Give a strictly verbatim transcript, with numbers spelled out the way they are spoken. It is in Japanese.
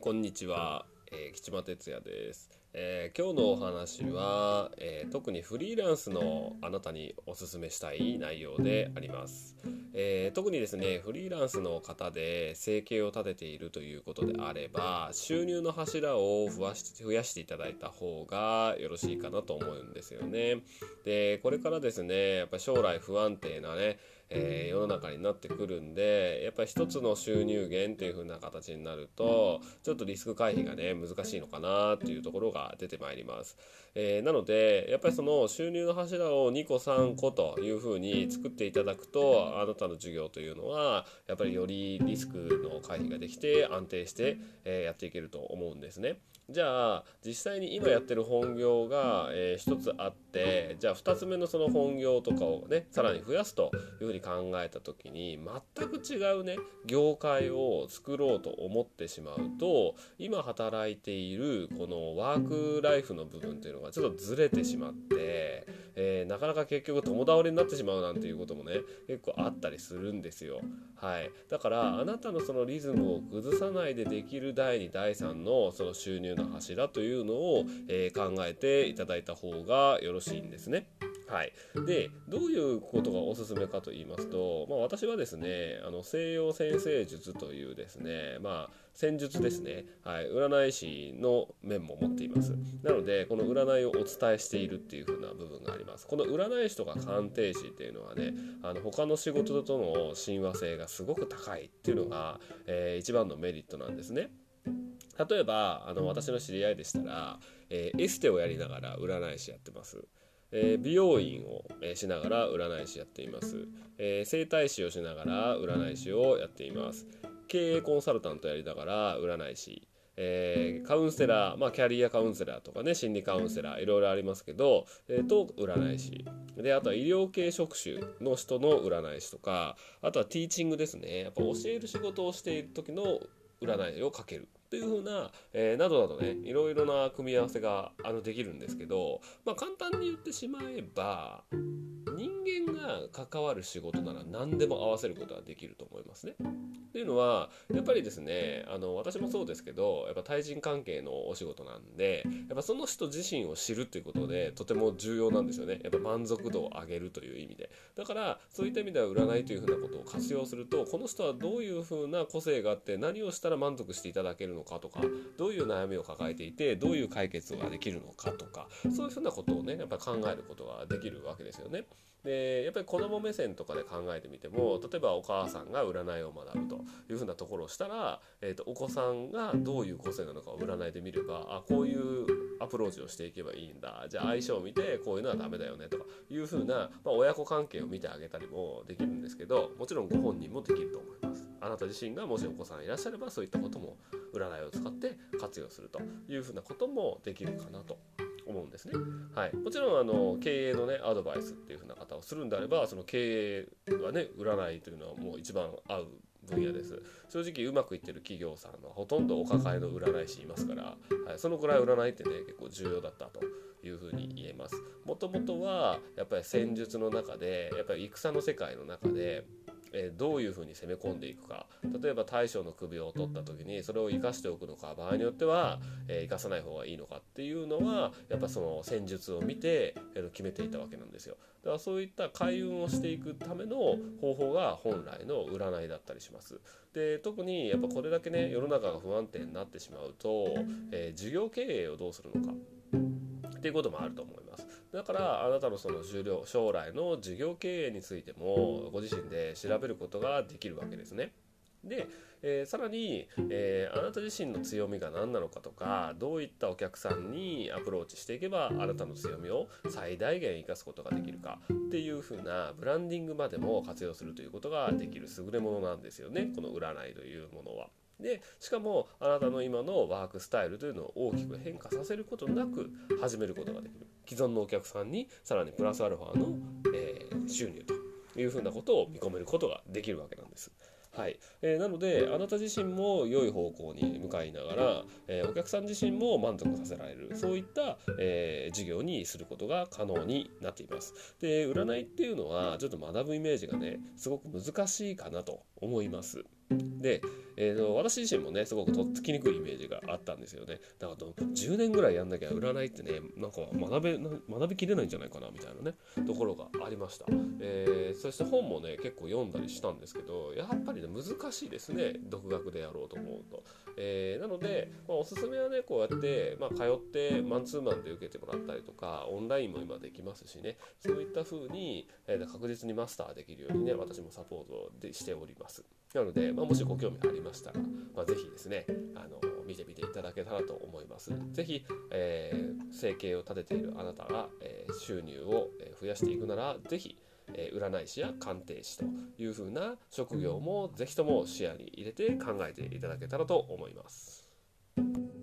こんにちは、えー、吉間哲也です。えー今日のお話は、えー特にフリーランスのあなたにお勧めしたい内容であります。えー特にですね、フリーランスの方で生計を立てているということであれば、収入の柱を増やし増やしていただいた方がよろしいかなと思うんですよね。で、これからですね、やっぱり将来不安定なね、えー世の中になってくるんで、やっぱり一つの収入源っていう風な形になるとちょっとリスク回避がね難しいのかなっていうところが出てまいります。えーなのでやっぱりその収入の柱をにこさんこという風に作っていただくと、あなたの事業というのはやっぱりよりリスクの回避ができて安定して、えーやっていけると思うんですね。じゃあ実際に今やってる本業が、えー、一つあって、じゃあふたつめのその本業とかをねさらに増やすというふうに考えた時に、全く違うね業界を作ろうと思ってしまうと、今働いているこのワークライフの部分っていうのがちょっとずれてしまって、えーなかなか結局共倒れになってしまうなんていうこともね結構あったりするんですよ。はい、だからあなたのそのリズムを崩さないでできるだいにだいさんのその収入の柱というのを、えー考えていただいた方がよろしいんですね。はい、でどういうことがおすすめかと言いますと、まあ、私はですねあの西洋占星術というですね、まあ、戦術ですね、はい、占い師の面も持っています。なのでこの占いをお伝えしているっていう風な部分があります。この占い師とか鑑定士っていうのはね、あの他の仕事との親和性がすごく高いっていうのが、えー一番のメリットなんですね。例えばあの私の知り合いでしたら、えーエステをやりながら占い師やってます。えー美容院を、えーしながら占い師やっています。えー整体師をしながら占い師をやっています。経営コンサルタントやりながら占い師、えーカウンセラー、まあ、キャリアカウンセラーとかね、心理カウンセラーいろいろありますけど、えーと占い師で、あとは医療系職種の人の占い師とか、あとはティーチングですね、やっぱ教える仕事をしている時の占いをかけるという風な、えーなどなどね、いろいろな組み合わせがあのできるんですけど、まあ、簡単に言ってしまえば、人間が関わる仕事なら何でも合わせることができると思いますね。っていうのはやっぱりですね、あの私もそうですけど、やっぱ対人関係のお仕事なんで、やっぱその人自身を知るっていうことでとても重要なんですよね。やっぱ満足度を上げるという意味で。だからそういった意味では占いというふうなことを活用すると、この人はどういうふうな個性があって何をしたら満足していただけるのかとか、どういう悩みを抱えていてどういう解決ができるのかとか、そういうふうなことをねやっぱり考えることができるわけですよね。でやっぱり子供目線とかで考えてみても、例えばお母さんが占いを学ぶというふうなところをしたら、えー、とお子さんがどういう個性なのかを占いで見れば、あこういうアプローチをしていけばいいんだ、じゃあ相性を見てこういうのはダメだよねとかいうふうな、まあ、親子関係を見てあげたりもできるんですけど、もちろんご本人もできると思います。あなた自身がもしお子さんいらっしゃれば、そういったことも占いを使って活用するというふうなこともできるかなと思うんですね。はい、もちろんあの経営のねアドバイスっていう風な方をするんであれば、その経営はね占いというのはもう一番合う分野です。正直うまくいってる企業さんのほとんどお抱えの占い師いますから、はい、そのくらい占いってね結構重要だったというふうに言えます。もともとはやっぱり戦術の中で、やっぱり戦の世界の中でえーどういうふうに攻め込んでいくか。例えば大将の首を取った時にそれを生かしておくのか、場合によっては、えー生かさない方がいいのかっていうのはやっぱその戦術を見て、えー決めていたわけなんですよ。だからそういった開運をしていくための方法が本来の占いだったりします。で特にやっぱこれだけね世の中が不安定になってしまうと、えー事業経営をどうするのかっていうこともあると思います。だからあなたのその将来の事業経営についてもご自身で調べることができるわけですね。で、えーさらに、えーあなた自身の強みが何なのかとか、どういったお客さんにアプローチしていけばあなたの強みを最大限生かすことができるかっていう風なブランディングまでも活用するということができる優れものなんですよね、この占いというものは。でしかもあなたの今のワークスタイルというのを大きく変化させることなく始めることができる。既存のお客さんにさらにプラスアルファの、えー収入というふうなことを見込めることができるわけなんです。はい、えーなのであなた自身も良い方向に向かいながら、えーお客さん自身も満足させられる、そういった、えー事業にすることが可能になっています。で占いっていうのはちょっと学ぶイメージがねすごく難しいかなと思います。 で、えーと、私自身もねすごくとっつきにくいイメージがあったんですよね。だからじゅうねんぐらいやんなきゃ占いってねなんか学べ学びきれないんじゃないかなみたいなねところがありました。えー、そして本もね結構読んだりしたんですけど、やっぱりね難しいですね、独学でやろうと思うと。えー、なので、まあ、おすすめはねこうやって、まあ、通ってマンツーマンで受けてもらったりとか、オンラインも今できますしね、そういった風に、えー、確実にマスターできるようにね私もサポートでしております。なので、まあ、もしご興味ありましたら、まあ、ぜひですねあの見てみていただけたらと思います。ぜひ、えー、生計を立てているあなたが、えー、収入を増やしていくなら、ぜひ、えー、占い師や鑑定士という風な職業もぜひとも視野に入れて考えていただけたらと思います。